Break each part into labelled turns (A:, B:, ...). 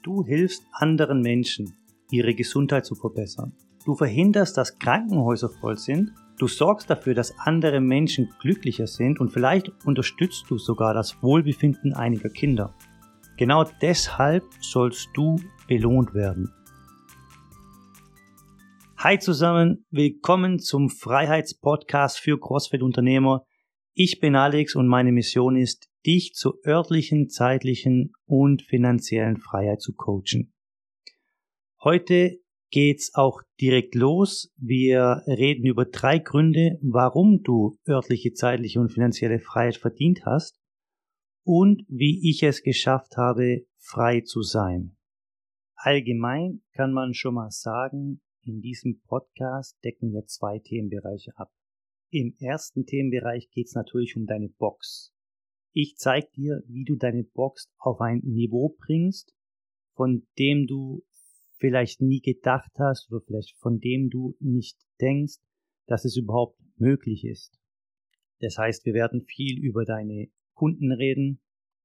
A: Du hilfst anderen Menschen, ihre Gesundheit zu verbessern. Du verhinderst, dass Krankenhäuser voll sind. Du sorgst dafür, dass andere Menschen glücklicher sind und vielleicht unterstützt du sogar das Wohlbefinden einiger Kinder. Genau deshalb sollst du belohnt werden. Hi zusammen, willkommen zum Freiheitspodcast für CrossFit-Unternehmer. Ich bin Alex und meine Mission ist, dich zur örtlichen, zeitlichen und finanziellen Freiheit zu coachen. Heute geht's auch direkt los. Wir reden über 3 Gründe, warum du örtliche, zeitliche und finanzielle Freiheit verdient hast und wie ich es geschafft habe, frei zu sein. Allgemein kann man schon mal sagen, in diesem Podcast decken wir 2 Themenbereiche ab. Im ersten Themenbereich geht's natürlich um deine Box. Ich zeige dir, wie du deine Box auf ein Niveau bringst, von dem du vielleicht nie gedacht hast oder vielleicht von dem du nicht denkst, dass es überhaupt möglich ist. Das heißt, wir werden viel über deine Kunden reden,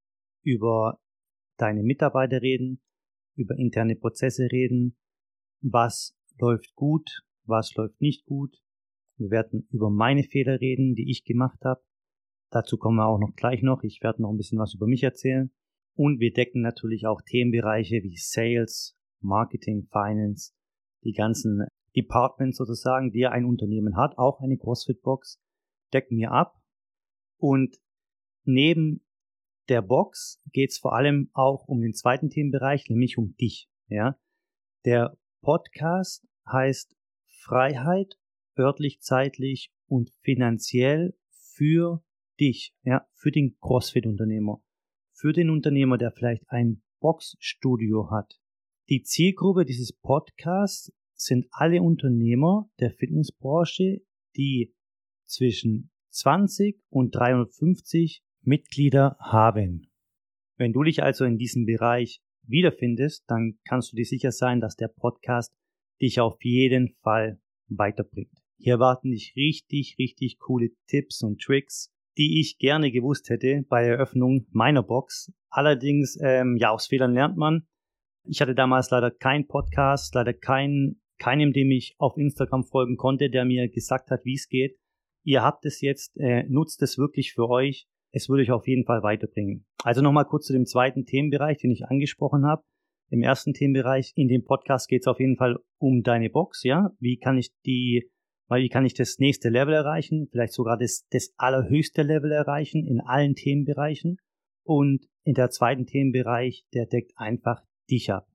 A: über deine Mitarbeiter reden, über interne Prozesse reden, was läuft gut, was läuft nicht gut. Wir werden über meine Fehler reden, die ich gemacht habe. Dazu kommen wir auch noch gleich noch. Ich werde noch ein bisschen was über mich erzählen. Und wir decken natürlich auch Themenbereiche wie Sales, Marketing, Finance, die ganzen Departments sozusagen, die ein Unternehmen hat, auch eine CrossFit-Box, decken wir ab. Und neben der Box geht es vor allem auch um den zweiten Themenbereich, nämlich um dich. Ja? Der Podcast heißt Freiheit, örtlich, zeitlich und finanziell für dich, ja, für den CrossFit-Unternehmer, für den Unternehmer, der vielleicht ein Boxstudio hat. Die Zielgruppe dieses Podcasts sind alle Unternehmer der Fitnessbranche, die zwischen 20 und 350 Mitglieder haben. Wenn du dich also in diesem Bereich wiederfindest, dann kannst du dir sicher sein, dass der Podcast dich auf jeden Fall weiterbringt. Hier erwarten dich richtig coole Tipps und Tricks, die ich gerne gewusst hätte bei Eröffnung meiner Box. Allerdings, aus Fehlern lernt man. Ich hatte damals leider keinen Podcast, leider keinem, dem ich auf Instagram folgen konnte, der mir gesagt hat, wie es geht. Ihr habt es jetzt, nutzt es wirklich für euch. Es würde euch auf jeden Fall weiterbringen. Also nochmal kurz zu dem zweiten Themenbereich, den ich angesprochen habe. Im ersten Themenbereich in dem Podcast geht es auf jeden Fall um deine Box, ja. Wie kann ich das nächste Level erreichen? Vielleicht sogar das allerhöchste Level erreichen in allen Themenbereichen. Und in der zweiten Themenbereich, der deckt einfach dich ab.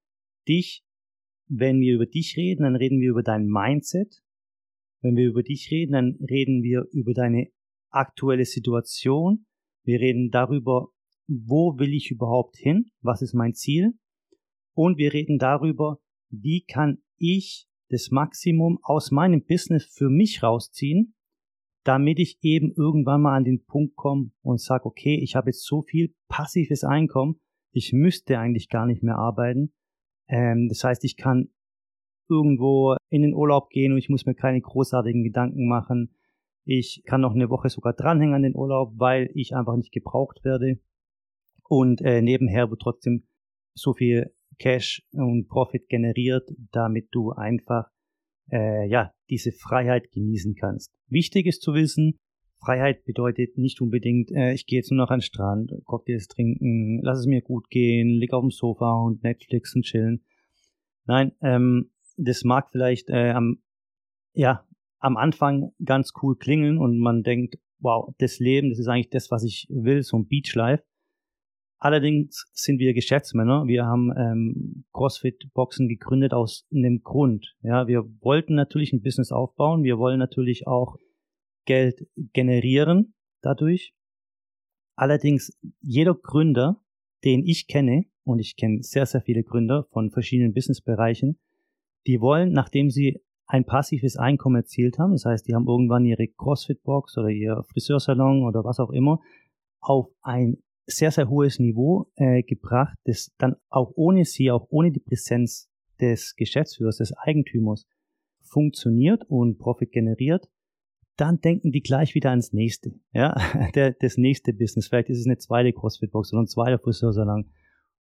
A: Wenn wir über dich reden, dann reden wir über dein Mindset. Wenn wir über dich reden, dann reden wir über deine aktuelle Situation. Wir reden darüber, wo will ich überhaupt hin? Was ist mein Ziel? Und wir reden darüber, wie kann ich das Maximum aus meinem Business für mich rausziehen, damit ich eben irgendwann mal an den Punkt komme und sage, okay, ich habe jetzt so viel passives Einkommen, ich müsste eigentlich gar nicht mehr arbeiten. Das heißt, ich kann irgendwo in den Urlaub gehen und ich muss mir keine großartigen Gedanken machen. Ich kann noch eine Woche sogar dranhängen an den Urlaub, weil ich einfach nicht gebraucht werde. Und nebenher wird trotzdem so viel Cash und Profit generiert, damit du einfach diese Freiheit genießen kannst. Wichtig ist zu wissen, Freiheit bedeutet nicht unbedingt, ich gehe jetzt nur noch an den Strand, Cocktails trinken, lass es mir gut gehen, lieg auf dem Sofa und Netflix und chillen. Nein, das mag vielleicht am Anfang ganz cool klingen und man denkt, wow, das Leben, das ist eigentlich das, was ich will, so ein Beachlife. Allerdings sind wir Geschäftsmänner. Wir haben CrossFit-Boxen gegründet aus einem Grund. Ja, wir wollten natürlich ein Business aufbauen. Wir wollen natürlich auch Geld generieren dadurch. Allerdings jeder Gründer, den ich kenne, und ich kenne sehr, sehr viele Gründer von verschiedenen Businessbereichen, die wollen, nachdem sie ein passives Einkommen erzielt haben, das heißt, die haben irgendwann ihre CrossFit-Box oder ihr Friseursalon oder was auch immer, auf ein sehr, sehr hohes Niveau gebracht, das dann auch ohne die Präsenz des Geschäftsführers, des Eigentümers funktioniert und Profit generiert, dann denken die gleich wieder ans nächste, ja, das nächste Business. Vielleicht ist es eine zweite CrossFit-Box oder ein zweiter Friseursalon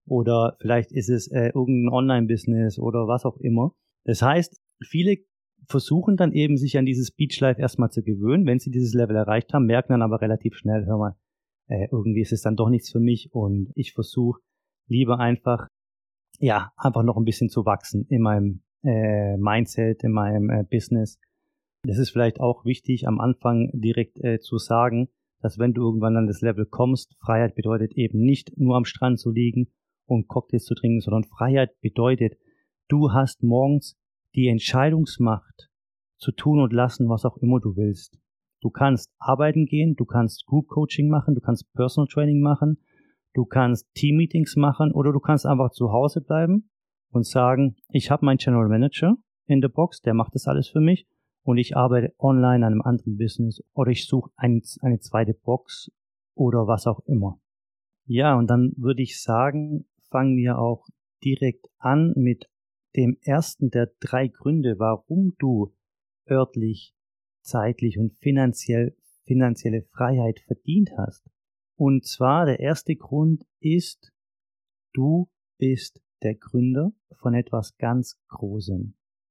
A: oder vielleicht ist es irgendein Online-Business oder was auch immer. Das heißt, viele versuchen dann eben, sich an dieses Beachlife erstmal zu gewöhnen. Wenn sie dieses Level erreicht haben, merken dann aber relativ schnell, hör mal, irgendwie ist es dann doch nichts für mich und ich versuche lieber einfach noch ein bisschen zu wachsen in meinem Mindset, in meinem Business. Das ist vielleicht auch wichtig, am Anfang direkt zu sagen, dass wenn du irgendwann an das Level kommst, Freiheit bedeutet eben nicht nur am Strand zu liegen und Cocktails zu trinken, sondern Freiheit bedeutet, du hast morgens die Entscheidungsmacht zu tun und lassen, was auch immer du willst. Du kannst arbeiten gehen, du kannst Group Coaching machen, du kannst Personal Training machen, du kannst Team-Meetings machen oder du kannst einfach zu Hause bleiben und sagen, ich habe meinen General Manager in der Box, der macht das alles für mich und ich arbeite online an einem anderen Business oder ich suche eine zweite Box oder was auch immer. Ja, und dann würde ich sagen, fangen wir auch direkt an mit dem ersten der 3 Gründe, warum du örtlich, zeitlich und finanzielle Freiheit verdient hast. Und zwar der erste Grund ist, du bist der Gründer von etwas ganz Großem.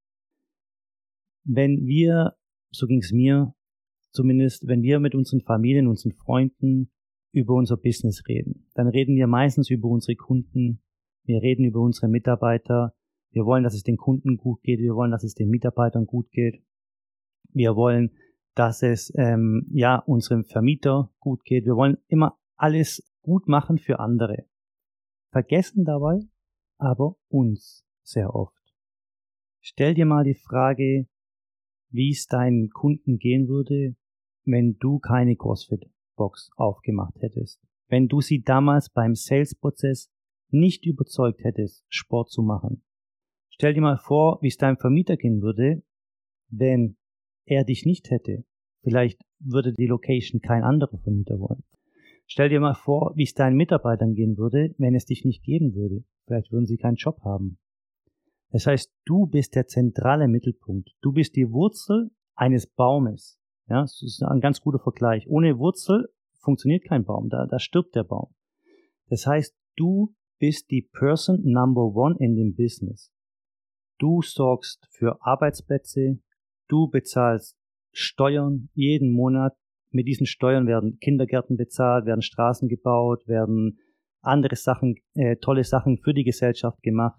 A: Wenn wir, so ging es mir zumindest, wenn wir mit unseren Familien, unseren Freunden über unser Business reden, dann reden wir meistens über unsere Kunden, wir reden über unsere Mitarbeiter, wir wollen, dass es den Kunden gut geht, wir wollen, dass es den Mitarbeitern gut geht, wir wollen, dass es unserem Vermieter gut geht. Wir wollen immer alles gut machen für andere. Vergessen dabei aber uns sehr oft. Stell dir mal die Frage, wie es deinen Kunden gehen würde, wenn du keine CrossFit-Box aufgemacht hättest. Wenn du sie damals beim Sales-Prozess nicht überzeugt hättest, Sport zu machen. Stell dir mal vor, wie es deinem Vermieter gehen würde, wenn er dich nicht hätte. Vielleicht würde die Location kein anderer Vermieter wollen. Stell dir mal vor, wie es deinen Mitarbeitern gehen würde, wenn es dich nicht geben würde. Vielleicht würden sie keinen Job haben. Das heißt, du bist der zentrale Mittelpunkt. Du bist die Wurzel eines Baumes. Ja, das ist ein ganz guter Vergleich. Ohne Wurzel funktioniert kein Baum. Da stirbt der Baum. Das heißt, du bist die Person Number One in dem Business. Du sorgst für Arbeitsplätze. Du bezahlst Steuern jeden Monat. Mit diesen Steuern werden Kindergärten bezahlt, werden Straßen gebaut, werden andere Sachen, tolle Sachen für die Gesellschaft gemacht.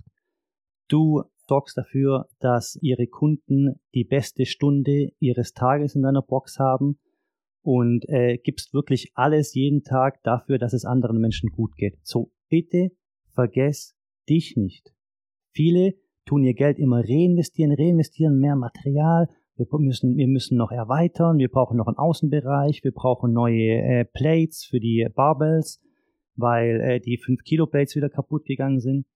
A: Du sorgst dafür, dass ihre Kunden die beste Stunde ihres Tages in deiner Box haben und gibst wirklich alles jeden Tag dafür, dass es anderen Menschen gut geht. So, bitte vergess dich nicht. Viele tun ihr Geld immer reinvestieren, mehr Material. Wir müssen noch erweitern, wir brauchen noch einen Außenbereich, wir brauchen neue Plates für die Barbells, weil die 5 Kilo Plates wieder kaputt gegangen sind.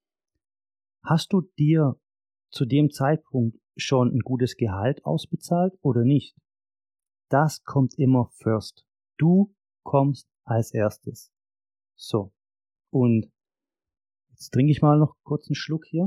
A: Hast du dir zu dem Zeitpunkt schon ein gutes Gehalt ausbezahlt oder nicht? Das kommt immer first. Du kommst als erstes. So, und jetzt trinke ich mal noch kurz einen Schluck hier.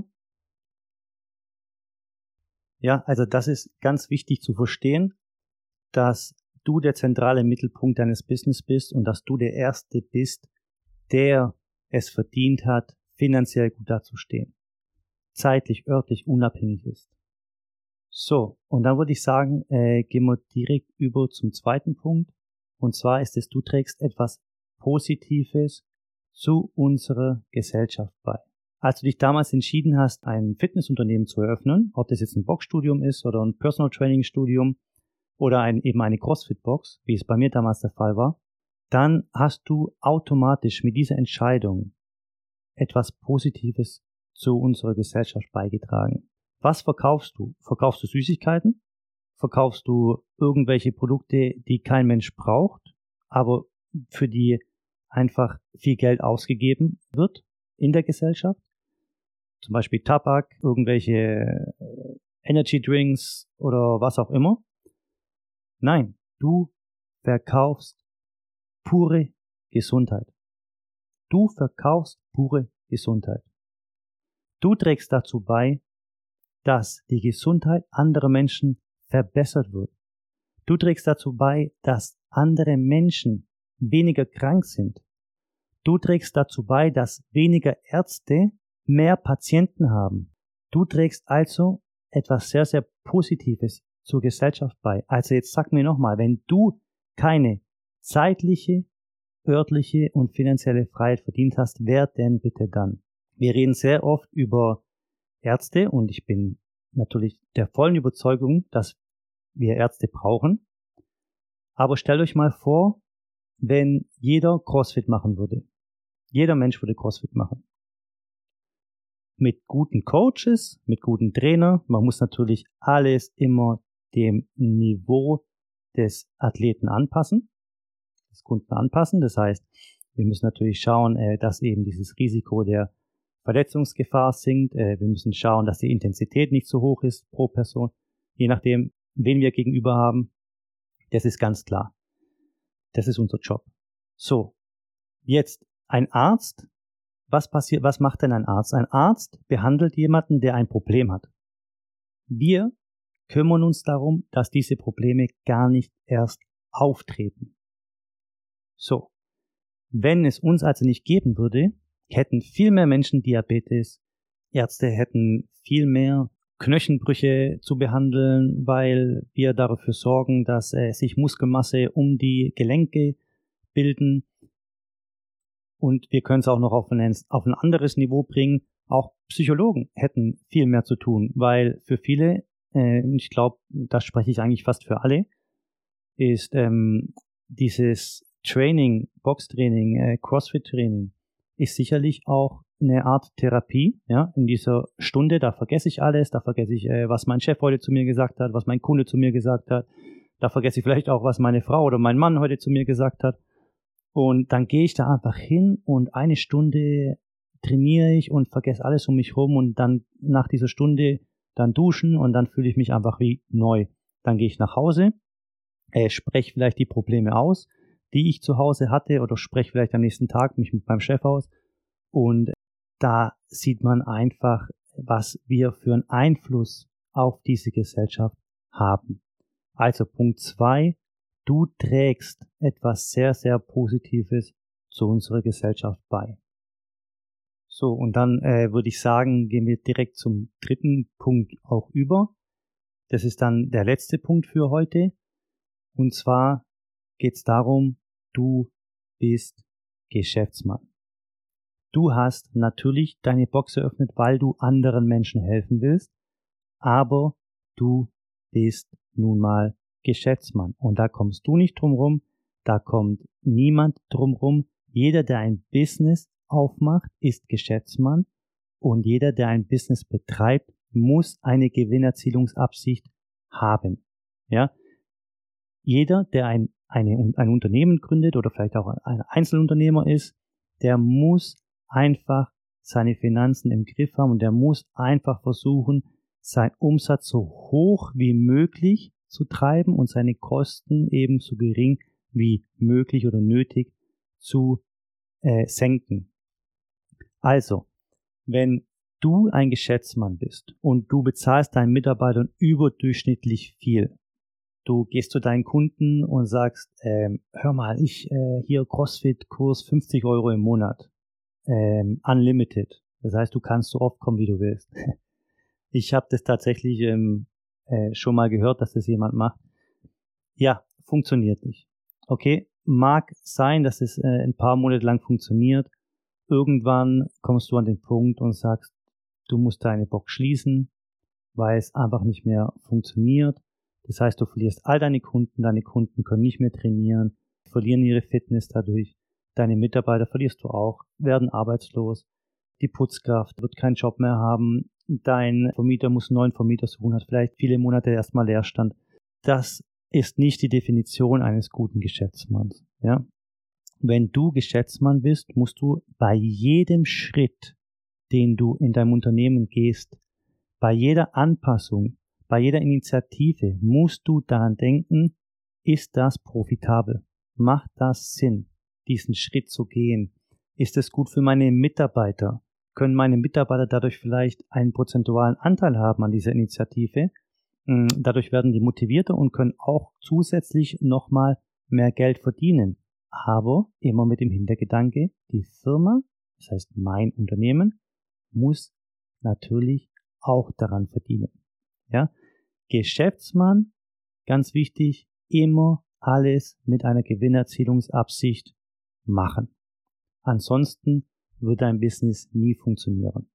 A: Ja, also das ist ganz wichtig zu verstehen, dass du der zentrale Mittelpunkt deines Business bist und dass du der Erste bist, der es verdient hat, finanziell gut dazustehen, zeitlich, örtlich unabhängig ist. So, und dann würde ich sagen, gehen wir direkt über zum zweiten Punkt. Und zwar ist es, du trägst etwas Positives zu unserer Gesellschaft bei. Als du dich damals entschieden hast, ein Fitnessunternehmen zu eröffnen, ob das jetzt ein Boxstudium ist oder ein Personal Training Studium oder eben eine CrossFit-Box, wie es bei mir damals der Fall war, dann hast du automatisch mit dieser Entscheidung etwas Positives zu unserer Gesellschaft beigetragen. Was verkaufst du? Verkaufst du Süßigkeiten? Verkaufst du irgendwelche Produkte, die kein Mensch braucht, aber für die einfach viel Geld ausgegeben wird in der Gesellschaft? Zum Beispiel Tabak, irgendwelche Energy Drinks oder was auch immer. Nein, du verkaufst pure Gesundheit. Du verkaufst pure Gesundheit. Du trägst dazu bei, dass die Gesundheit anderer Menschen verbessert wird. Du trägst dazu bei, dass andere Menschen weniger krank sind. Du trägst dazu bei, dass weniger Ärzte mehr Patienten haben. Du trägst also etwas sehr, sehr Positives zur Gesellschaft bei. Also jetzt sag mir nochmal, wenn du keine zeitliche, örtliche und finanzielle Freiheit verdient hast, wer denn bitte dann? Wir reden sehr oft über Ärzte und ich bin natürlich der vollen Überzeugung, dass wir Ärzte brauchen. Aber stellt euch mal vor, wenn jeder CrossFit machen würde. Jeder Mensch würde CrossFit machen. Mit guten Coaches, mit guten Trainern. Man muss natürlich alles immer dem Niveau des Athleten anpassen, des Kunden anpassen. Das heißt, wir müssen natürlich schauen, dass eben dieses Risiko der Verletzungsgefahr sinkt. Wir müssen schauen, dass die Intensität nicht so hoch ist pro Person, je nachdem, wen wir gegenüber haben. Das ist ganz klar. Das ist unser Job. So, jetzt ein Arzt. Was macht denn ein Arzt? Ein Arzt behandelt jemanden, der ein Problem hat. Wir kümmern uns darum, dass diese Probleme gar nicht erst auftreten. So, wenn es uns also nicht geben würde, hätten viel mehr Menschen Diabetes, Ärzte hätten viel mehr Knochenbrüche zu behandeln, weil wir dafür sorgen, dass sich Muskelmasse um die Gelenke bilden. Und wir können es auch noch auf ein anderes Niveau bringen. Auch Psychologen hätten viel mehr zu tun, weil für viele, ich glaube, da spreche ich eigentlich fast für alle, ist dieses Training, Boxtraining, Crossfit-Training, ist sicherlich auch eine Art Therapie. Ja, in dieser Stunde, da vergesse ich alles, da vergesse ich, was mein Chef heute zu mir gesagt hat, was mein Kunde zu mir gesagt hat, da vergesse ich vielleicht auch, was meine Frau oder mein Mann heute zu mir gesagt hat. Und dann gehe ich da einfach hin und eine Stunde trainiere ich und vergesse alles um mich rum und dann nach dieser Stunde dann duschen und dann fühle ich mich einfach wie neu. Dann gehe ich nach Hause, spreche vielleicht die Probleme aus, die ich zu Hause hatte oder spreche vielleicht am nächsten Tag mich mit meinem Chef aus und da sieht man einfach, was wir für einen Einfluss auf diese Gesellschaft haben. Also Punkt 2, du trägst etwas sehr, sehr Positives zu unserer Gesellschaft bei. So, und dann würde ich sagen, gehen wir direkt zum dritten Punkt auch über. Das ist dann der letzte Punkt für heute. Und zwar geht es darum, du bist Geschäftsmann. Du hast natürlich deine Box eröffnet, weil du anderen Menschen helfen willst, aber du bist nun mal Geschäftsmann. Und da kommst du nicht drum rum, da kommt niemand drum rum. Jeder, der ein Business aufmacht, ist Geschäftsmann und jeder, der ein Business betreibt, muss eine Gewinnerzielungsabsicht haben. Ja? Jeder, der ein Unternehmen gründet oder vielleicht auch ein Einzelunternehmer ist, der muss einfach seine Finanzen im Griff haben und der muss einfach versuchen, seinen Umsatz so hoch wie möglich zu treiben und seine Kosten eben so gering wie möglich oder nötig zu senken. Also, wenn du ein Geschäftsmann bist und du bezahlst deinen Mitarbeitern überdurchschnittlich viel, du gehst zu deinen Kunden und sagst, hör mal, hier CrossFit-Kurs 50 € im Monat, unlimited. Das heißt, du kannst so oft kommen, wie du willst. Ich habe das tatsächlich schon mal gehört, dass das jemand macht. Ja, funktioniert nicht. Okay, mag sein, dass es ein paar Monate lang funktioniert. Irgendwann kommst du an den Punkt und sagst, du musst deine Box schließen, weil es einfach nicht mehr funktioniert. Das heißt, du verlierst all deine Kunden können nicht mehr trainieren, verlieren ihre Fitness dadurch. Deine Mitarbeiter verlierst du auch, werden arbeitslos. Die Putzkraft wird keinen Job mehr haben. Dein Vermieter muss einen neuen Vermieter suchen, hat vielleicht viele Monate erstmal Leerstand. Das ist nicht die Definition eines guten Geschäftsmanns. Ja? Wenn du Geschäftsmann bist, musst du bei jedem Schritt, den du in deinem Unternehmen gehst, bei jeder Anpassung, bei jeder Initiative musst du daran denken, ist das profitabel? Macht das Sinn, diesen Schritt zu gehen? Ist es gut für meine Mitarbeiter? Können meine Mitarbeiter dadurch vielleicht einen prozentualen Anteil haben an dieser Initiative? Dadurch werden die motivierter und können auch zusätzlich nochmal mehr Geld verdienen. aber immer mit dem Hintergedanke, die Firma, das heißt mein Unternehmen, muss natürlich auch daran verdienen. Ja? Geschäftsmann, ganz wichtig, immer alles mit einer Gewinnerzielungsabsicht machen. Ansonsten wird dein Business nie funktionieren.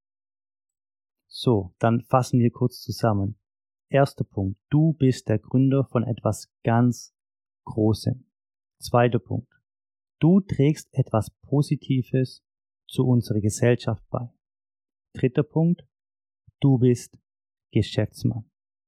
A: So, dann fassen wir kurz zusammen. Erster Punkt, du bist der Gründer von etwas ganz Großem. Zweiter Punkt, du trägst etwas Positives zu unserer Gesellschaft bei. Dritter Punkt, du bist Geschäftsmann.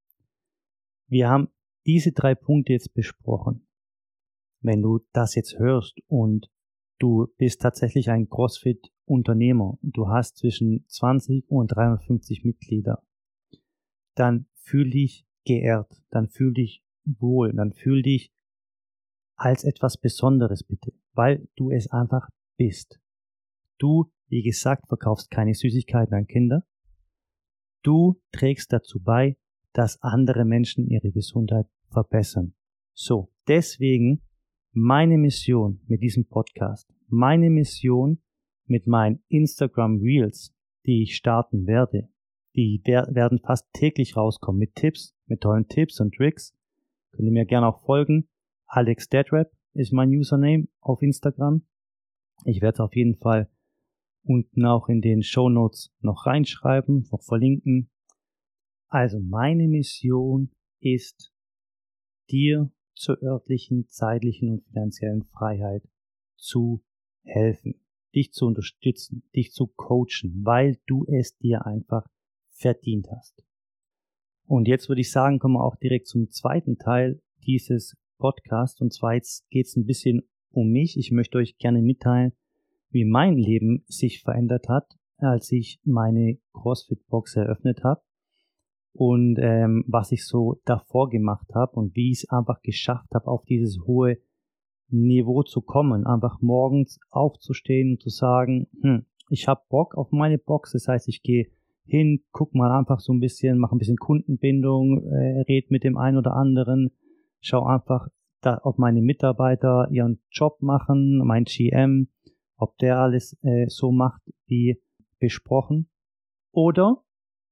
A: Wir haben diese 3 Punkte jetzt besprochen. Wenn du das jetzt hörst und du bist tatsächlich ein CrossFit-Unternehmer und du hast zwischen 20 und 350 Mitglieder, dann fühl dich geehrt, dann fühl dich wohl, dann fühl dich als etwas Besonderes bitte, weil du es einfach bist. Du, wie gesagt, verkaufst keine Süßigkeiten an Kinder. Du trägst dazu bei, dass andere Menschen ihre Gesundheit verbessern. So, deswegen meine Mission mit diesem Podcast, meine Mission mit meinen Instagram Reels, die ich starten werde, die werden fast täglich rauskommen mit Tipps, mit tollen Tipps und Tricks. Könnt ihr mir gerne auch folgen. Alex Deadrap ist mein Username auf Instagram. Ich werde es auf jeden Fall unten auch in den Shownotes noch reinschreiben, noch verlinken. Also meine Mission ist, dir zur örtlichen, zeitlichen und finanziellen Freiheit zu helfen, dich zu unterstützen, dich zu coachen, weil du es dir einfach verdient hast. Und jetzt würde ich sagen, kommen wir auch direkt zum zweiten Teil dieses Podcasts. Und zwar jetzt geht es ein bisschen um mich. Ich möchte euch gerne mitteilen, wie mein Leben sich verändert hat, als ich meine CrossFit-Box eröffnet habe. Und was ich so davor gemacht habe und wie ich es einfach geschafft habe, auf dieses hohe Niveau zu kommen. Einfach morgens aufzustehen und zu sagen, ich habe Bock auf meine Box. Das heißt, ich gehe hin, guck mal einfach so ein bisschen, mache ein bisschen Kundenbindung, red mit dem einen oder anderen, schau einfach, ob meine Mitarbeiter ihren Job machen, mein GM, ob der alles so macht wie besprochen. Oder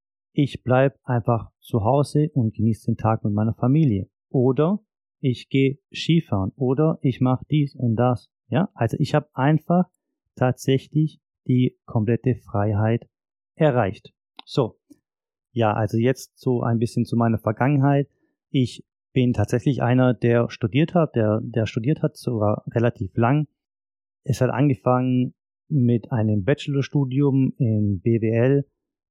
A: ich bleib einfach zu Hause und genieße den Tag mit meiner Familie. Oder ich gehe Skifahren. Oder ich mache dies und das. Ja, also ich habe einfach tatsächlich die komplette Freiheit erreicht. So, ja, also jetzt so ein bisschen zu meiner Vergangenheit. Ich bin tatsächlich einer, der studiert hat, der studiert hat sogar relativ lang. Es hat angefangen mit einem Bachelorstudium in BWL.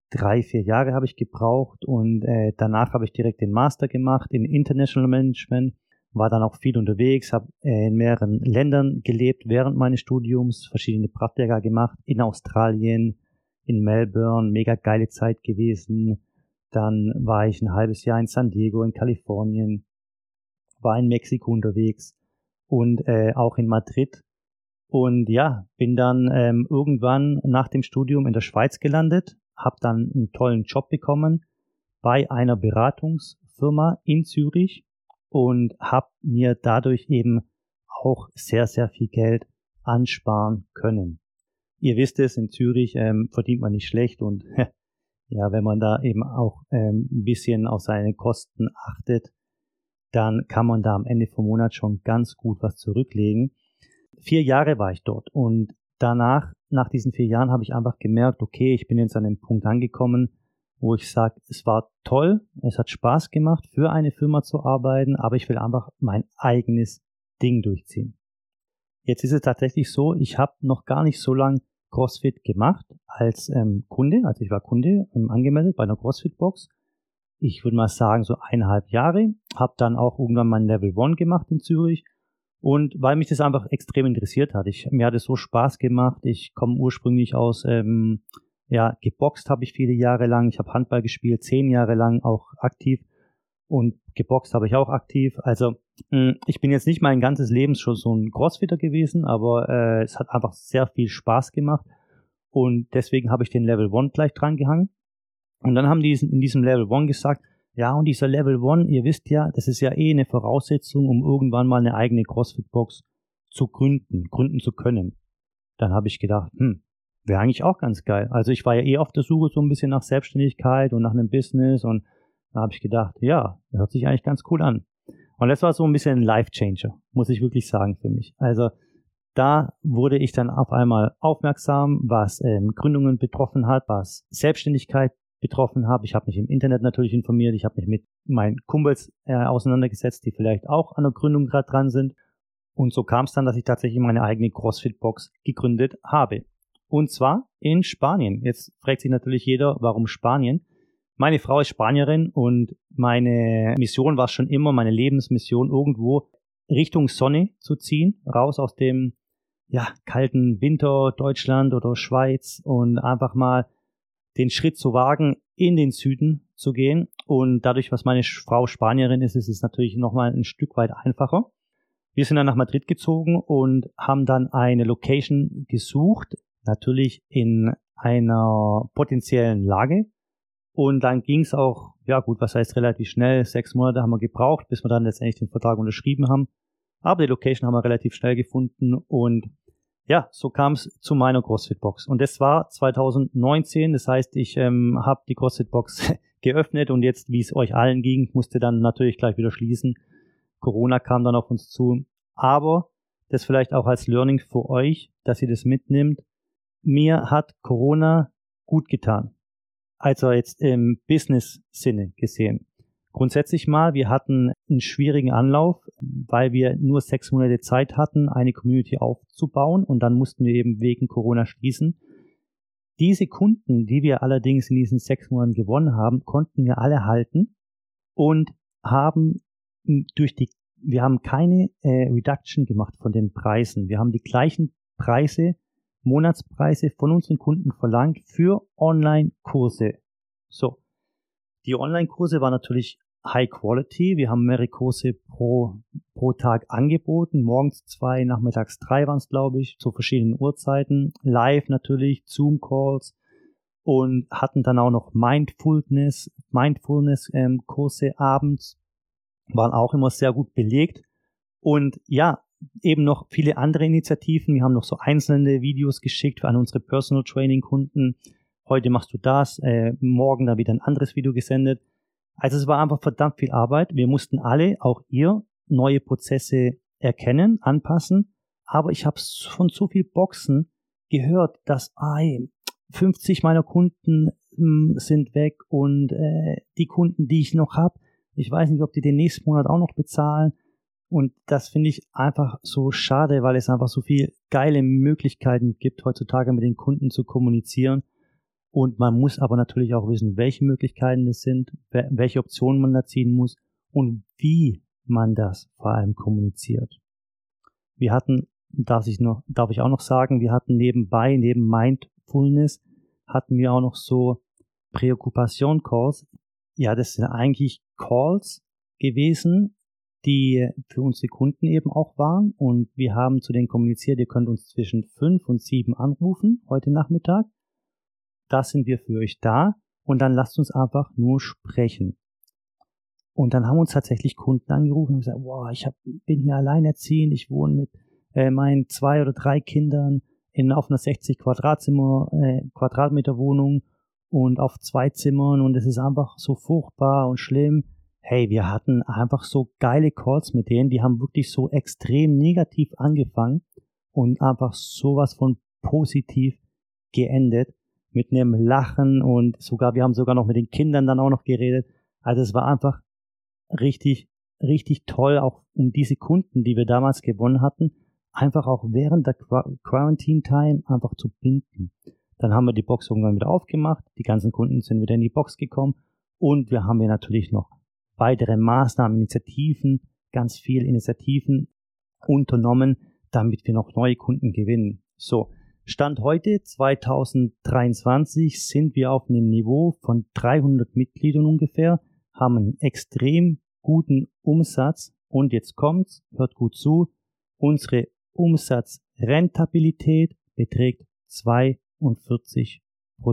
A: 3-4 Jahre habe ich gebraucht und danach habe ich direkt den Master gemacht in International Management, war dann auch viel unterwegs, habe in mehreren Ländern gelebt während meines Studiums, verschiedene Praktika gemacht, in Australien, in Melbourne, mega geile Zeit gewesen. Dann war ich ein halbes Jahr in San Diego in Kalifornien, war in Mexiko unterwegs und auch in Madrid. Und ja, bin dann irgendwann nach dem Studium in der Schweiz gelandet, habe dann einen tollen Job bekommen bei einer Beratungsfirma in Zürich und habe mir dadurch eben auch sehr, sehr viel Geld ansparen können. Ihr wisst es, in Zürich verdient man nicht schlecht und ja, wenn man da eben auch ein bisschen auf seine Kosten achtet, dann kann man da am Ende vom Monat schon ganz gut was zurücklegen. 4 Jahre war ich dort und danach, nach diesen 4 Jahren, habe ich einfach gemerkt, okay, ich bin jetzt an einem Punkt angekommen, wo ich sage, es war toll, es hat Spaß gemacht, für eine Firma zu arbeiten, aber ich will einfach mein eigenes Ding durchziehen. Jetzt ist es tatsächlich so, ich habe noch gar nicht so lange CrossFit gemacht als Kunde, also ich war Kunde angemeldet bei einer CrossFit-Box. Ich würde mal sagen so 1,5 Jahre, habe dann auch irgendwann mein Level 1 gemacht in Zürich. Und weil mich das einfach extrem interessiert hat, mir hat es so Spaß gemacht. Ich komme ursprünglich aus, geboxt habe ich viele Jahre lang. Ich habe Handball gespielt, 10 Jahre lang auch aktiv. Und geboxt habe ich auch aktiv. Also ich bin jetzt nicht mein ganzes Leben schon so ein Crossfitter gewesen, aber es hat einfach sehr viel Spaß gemacht. Und deswegen habe ich den Level 1 gleich dran gehangen. Und dann haben die in diesem Level 1 gesagt, ja, und dieser Level 1, ihr wisst ja, das ist ja eine Voraussetzung, um irgendwann mal eine eigene CrossFit-Box zu gründen zu können. Dann habe ich gedacht, wäre eigentlich auch ganz geil. Also ich war ja auf der Suche so ein bisschen nach Selbstständigkeit und nach einem Business und da habe ich gedacht, ja, hört sich eigentlich ganz cool an. Und das war so ein bisschen ein Life-Changer, muss ich wirklich sagen für mich. Also da wurde ich dann auf einmal aufmerksam, was Gründungen betroffen hat, was Selbstständigkeit betroffen hat. Ich habe mich im Internet natürlich informiert, ich habe mich mit meinen Kumpels auseinandergesetzt, die vielleicht auch an der Gründung gerade dran sind. Und so kam es dann, dass ich tatsächlich meine eigene CrossFit-Box gegründet habe. Und zwar in Spanien. Jetzt fragt sich natürlich jeder, warum Spanien? Meine Frau ist Spanierin und meine Mission war schon immer, meine Lebensmission, irgendwo Richtung Sonne zu ziehen, raus aus dem kalten Winter Deutschland oder Schweiz und einfach mal den Schritt zu wagen, in den Süden zu gehen. Und dadurch, was meine Frau Spanierin ist es natürlich nochmal ein Stück weit einfacher. Wir sind dann nach Madrid gezogen und haben dann eine Location gesucht, natürlich in einer potenziellen Lage. Und dann ging es auch, was heißt relativ schnell, 6 Monate haben wir gebraucht, bis wir dann letztendlich den Vertrag unterschrieben haben. Aber die Location haben wir relativ schnell gefunden und ja, so kam es zu meiner CrossFit-Box. Und das war 2019, das heißt, ich habe die CrossFit-Box geöffnet und jetzt, wie es euch allen ging, musste dann natürlich gleich wieder schließen. Corona kam dann auf uns zu. Aber das vielleicht auch als Learning für euch, dass ihr das mitnimmt. Mir hat Corona gut getan. Also jetzt im Business-Sinne gesehen. Grundsätzlich mal, wir hatten einen schwierigen Anlauf, weil wir nur 6 Monate Zeit hatten, eine Community aufzubauen und dann mussten wir eben wegen Corona schließen. Diese Kunden, die wir allerdings in diesen 6 Monaten gewonnen haben, konnten wir alle halten und haben wir haben keine Reduction gemacht von den Preisen. Wir haben die gleichen Preise, Monatspreise von unseren Kunden verlangt für Online-Kurse. So. Die Online-Kurse waren natürlich High Quality. Wir haben mehrere Kurse pro Tag angeboten. Morgens 2, nachmittags 3 waren es, glaube ich, zu verschiedenen Uhrzeiten. Live natürlich, Zoom-Calls und hatten dann auch noch Mindfulness-Kurse abends. Waren auch immer sehr gut belegt. Und ja, eben noch viele andere Initiativen. Wir haben noch so einzelne Videos geschickt an unsere Personal Training Kunden. Heute machst du das, morgen dann wieder ein anderes Video gesendet. Also es war einfach verdammt viel Arbeit. Wir mussten alle, auch ihr, neue Prozesse erkennen, anpassen. Aber ich habe von so viel Boxen gehört, dass 50 meiner Kunden sind weg und die Kunden, die ich noch habe, ich weiß nicht, ob die den nächsten Monat auch noch bezahlen. Und das finde ich einfach so schade, weil es einfach so viel geile Möglichkeiten gibt, heutzutage mit den Kunden zu kommunizieren. Und man muss aber natürlich auch wissen, welche Möglichkeiten es sind, welche Optionen man da ziehen muss und wie man das vor allem kommuniziert. Wir hatten, darf ich auch noch sagen, wir hatten neben Mindfulness, hatten wir auch noch so Präoccupation-Calls. Ja, das sind eigentlich Calls gewesen, die für unsere Kunden eben auch waren. Und wir haben zu denen kommuniziert, ihr könnt uns zwischen 5 und 7 anrufen heute Nachmittag. Da sind wir für euch da und dann lasst uns einfach nur sprechen. Und dann haben uns tatsächlich Kunden angerufen und gesagt, bin hier alleinerziehend, ich wohne mit meinen 2 oder 3 Kindern auf einer 60 Quadratmeter Wohnung und auf 2 Zimmern und es ist einfach so furchtbar und schlimm. Hey, wir hatten einfach so geile Calls mit denen, die haben wirklich so extrem negativ angefangen und einfach sowas von positiv geendet. Mit einem Lachen und wir haben sogar noch mit den Kindern dann auch noch geredet. Also es war einfach richtig, richtig toll, auch um diese Kunden, die wir damals gewonnen hatten, einfach auch während der Quarantine Time einfach zu binden. Dann haben wir die Box irgendwann wieder aufgemacht, die ganzen Kunden sind wieder in die Box gekommen und wir haben natürlich noch weitere Maßnahmen, Initiativen, ganz viele Initiativen unternommen, damit wir noch neue Kunden gewinnen. So. Stand heute 2023 sind wir auf einem Niveau von 300 Mitgliedern ungefähr, haben einen extrem guten Umsatz und jetzt kommt's, hört gut zu, unsere Umsatzrentabilität beträgt 42%.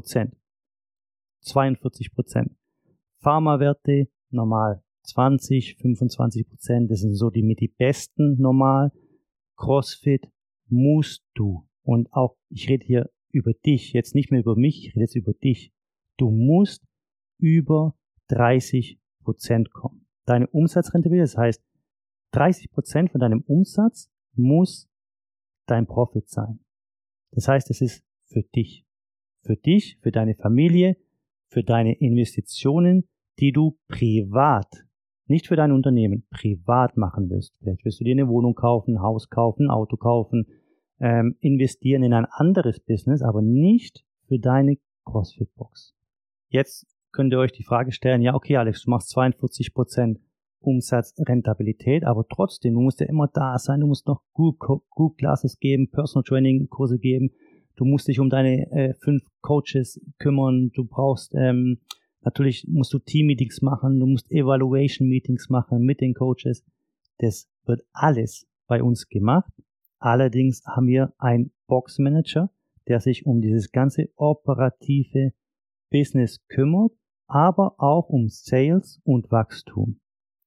A: 42%. Pharmawerte normal 20, 25%, das sind so die besten normal. CrossFit musst du, und auch, ich rede hier über dich, jetzt nicht mehr über mich, ich rede jetzt über dich. Du musst über 30% kommen. Deine Umsatzrentabilität, das heißt, 30% von deinem Umsatz muss dein Profit sein. Das heißt, es ist für dich. Für dich, für deine Familie, für deine Investitionen, die du privat, nicht für dein Unternehmen, privat machen willst. Vielleicht willst du dir eine Wohnung kaufen, ein Haus kaufen, ein Auto kaufen, investieren in ein anderes Business, aber nicht für deine CrossFit-Box. Jetzt könnt ihr euch die Frage stellen, ja okay Alex, du machst 42% Umsatzrentabilität, aber trotzdem, du musst ja immer da sein, du musst noch Group Classes geben, Personal Training Kurse geben, du musst dich um deine 5 Coaches kümmern, du brauchst, natürlich musst du Team-Meetings machen, du musst Evaluation-Meetings machen mit den Coaches. Das wird alles bei uns gemacht. Allerdings haben wir einen Box-Manager, der sich um dieses ganze operative Business kümmert, aber auch um Sales und Wachstum.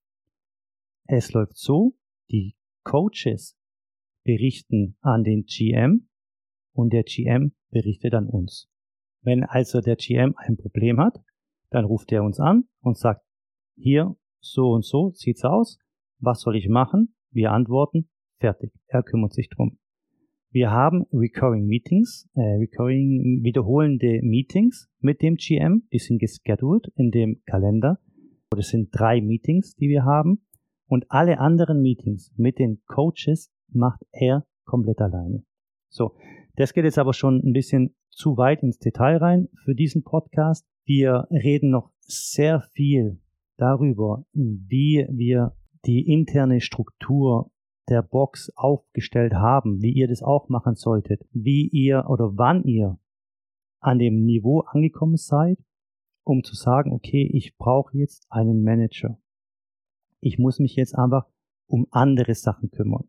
A: Es läuft so, die Coaches berichten an den GM und der GM berichtet an uns. Wenn also der GM ein Problem hat, dann ruft er uns an und sagt, hier, so und so sieht's aus, was soll ich machen? Wir antworten, fertig, er kümmert sich drum. Wir haben recurring Meetings, wiederholende Meetings mit dem GM, die sind gescheduled in dem Kalender. Das sind 3 Meetings, die wir haben, und alle anderen Meetings mit den Coaches macht er komplett alleine. So, das geht jetzt aber schon ein bisschen zu weit ins Detail rein für diesen Podcast. Wir reden noch sehr viel darüber, wie wir die interne Struktur der Box aufgestellt haben, wie ihr das auch machen solltet, wie ihr oder wann ihr an dem Niveau angekommen seid, um zu sagen, okay, ich brauche jetzt einen Manager. Ich muss mich jetzt einfach um andere Sachen kümmern.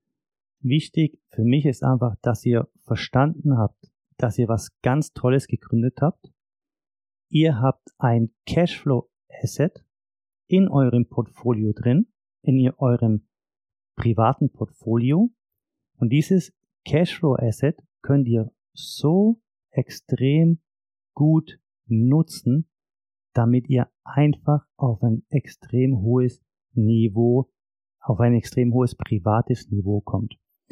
A: Wichtig für mich ist einfach, dass ihr verstanden habt, dass ihr was ganz Tolles gegründet habt. Ihr habt ein Cashflow-Asset in eurem Portfolio drin, in eurem privaten Portfolio. Und dieses Cashflow-Asset könnt ihr so extrem gut nutzen, damit ihr einfach auf ein extrem hohes Niveau, auf ein extrem hohes privates Niveau kommt.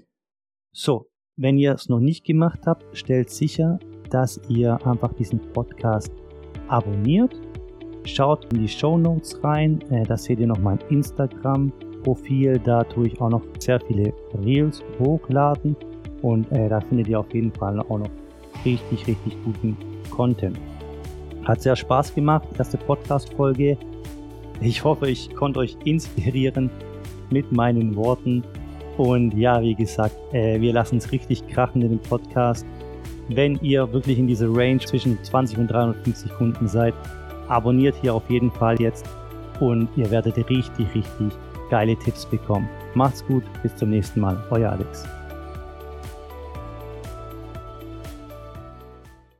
A: So, wenn ihr es noch nicht gemacht habt, stellt sicher, dass ihr einfach diesen Podcast abonniert. Schaut in die Shownotes rein, da seht ihr noch mein Instagram-Profil, da tue ich auch noch sehr viele Reels hochladen und da findet ihr auf jeden Fall auch noch richtig, richtig guten Content. Hat sehr Spaß gemacht, erste Podcast-Folge. Ich hoffe, ich konnte euch inspirieren mit meinen Worten. Und ja, wie gesagt, wir lassen es richtig krachen in dem Podcast. Wenn ihr wirklich in dieser Range zwischen 20 und 350 Kunden seid, abonniert hier auf jeden Fall jetzt und ihr werdet richtig, richtig geile Tipps bekommen. Macht's gut, bis zum nächsten Mal. Euer Alex.